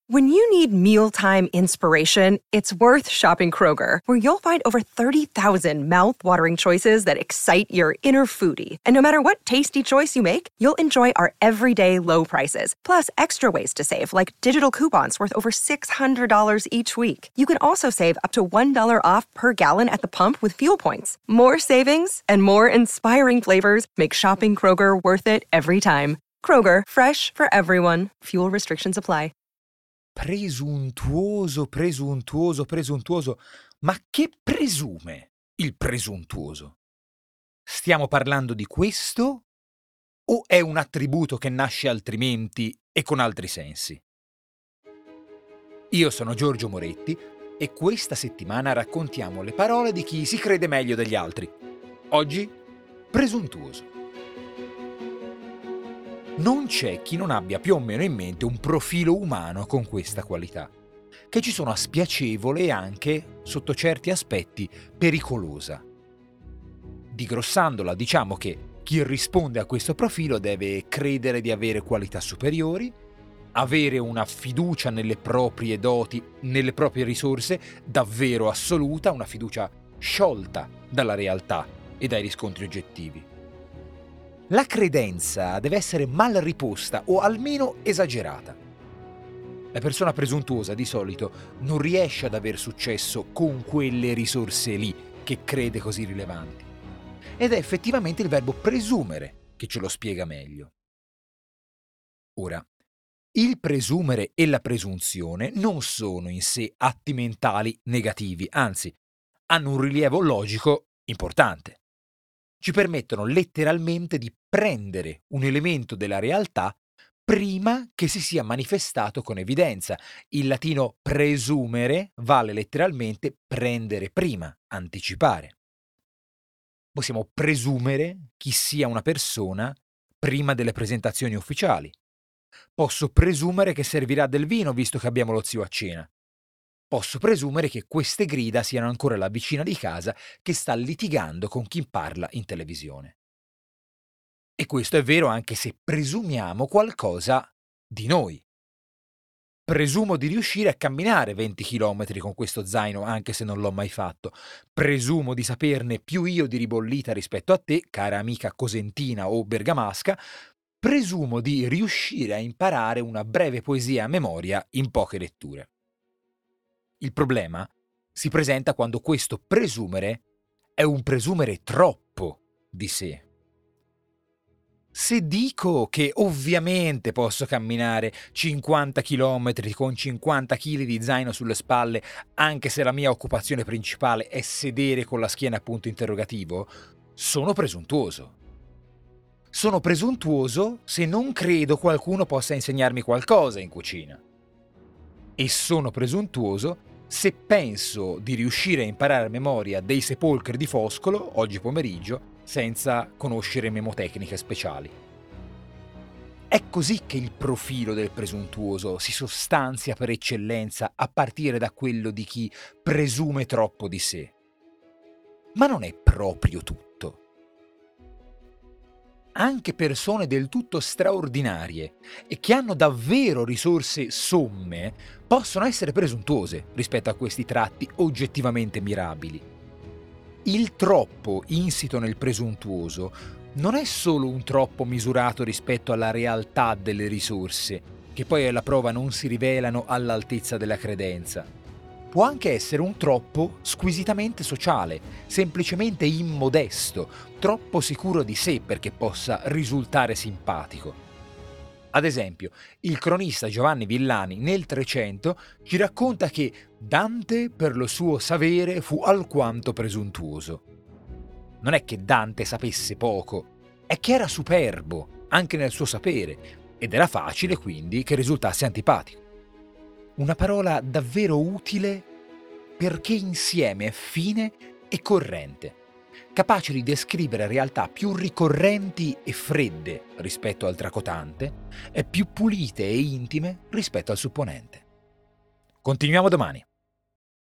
When you need mealtime inspiration, it's worth shopping Kroger, where you'll find over 30,000 mouth-watering choices that excite your inner foodie. And no matter what tasty choice you make, you'll enjoy our everyday low prices, plus extra ways to save, like digital coupons worth over $600 each week. You can also save up to $1 off per gallon at the pump with fuel points. More savings and more inspiring flavors make shopping Kroger worth it every time. Kroger, fresh for everyone. Fuel restrictions apply. Presuntuoso. Ma che presume il presuntuoso? Stiamo parlando di questo o è un attributo che nasce altrimenti e con altri sensi? Io sono Giorgio Moretti e questa settimana raccontiamo le parole di chi si crede meglio degli altri. Oggi, presuntuoso. Non c'è chi non abbia più o meno in mente un profilo umano con questa qualità, che ci sono a spiacevole e anche, sotto certi aspetti, pericolosa. Digrossandola, diciamo che chi risponde a questo profilo deve credere di avere qualità superiori, avere una fiducia nelle proprie doti, nelle proprie risorse davvero assoluta, una fiducia sciolta dalla realtà e dai riscontri oggettivi. La credenza deve essere mal riposta o almeno esagerata. La persona presuntuosa di solito non riesce ad aver successo con quelle risorse lì che crede così rilevanti. Ed è effettivamente il verbo presumere che ce lo spiega meglio. Ora, il presumere e la presunzione non sono in sé atti mentali negativi, anzi, hanno un rilievo logico importante. Ci permettono letteralmente di prendere un elemento della realtà prima che si sia manifestato con evidenza. Il latino presumere vale letteralmente prendere prima, anticipare. Possiamo presumere chi sia una persona prima delle presentazioni ufficiali. Posso presumere che servirà del vino visto che abbiamo lo zio a cena. Posso presumere che queste grida siano ancora la vicina di casa che sta litigando con chi parla in televisione. E questo è vero anche se presumiamo qualcosa di noi. Presumo di riuscire a camminare 20 km con questo zaino anche se non l'ho mai fatto. Presumo di saperne più io di ribollita rispetto a te, cara amica cosentina o bergamasca. Presumo di riuscire a imparare una breve poesia a memoria in poche letture. Il problema si presenta quando questo presumere è un presumere troppo di sé. Se dico che ovviamente posso camminare 50 km con 50 kg di zaino sulle spalle, anche se la mia occupazione principale è sedere con la schiena a punto interrogativo, sono presuntuoso. Sono presuntuoso se non credo qualcuno possa insegnarmi qualcosa in cucina. E sono presuntuoso se penso di riuscire a imparare a memoria dei sepolcri di Foscolo, oggi pomeriggio, senza conoscere memotecniche speciali. È così che il profilo del presuntuoso si sostanzia per eccellenza a partire da quello di chi presume troppo di sé. Ma non è proprio tutto. Anche persone del tutto straordinarie e che hanno davvero risorse somme possono essere presuntuose rispetto a questi tratti oggettivamente mirabili. Il troppo insito nel presuntuoso non è solo un troppo misurato rispetto alla realtà delle risorse, che poi alla prova non si rivelano all'altezza della credenza. Può anche essere un troppo squisitamente sociale, semplicemente immodesto, troppo sicuro di sé perché possa risultare simpatico. Ad esempio, il cronista Giovanni Villani nel 300 ci racconta che Dante per lo suo sapere fu alquanto presuntuoso. Non è che Dante sapesse poco, è che era superbo anche nel suo sapere ed era facile quindi che risultasse antipatico. Una parola davvero utile perché insieme è fine e corrente, capace di descrivere realtà più ricorrenti e fredde rispetto al tracotante e più pulite e intime rispetto al supponente. Continuiamo domani.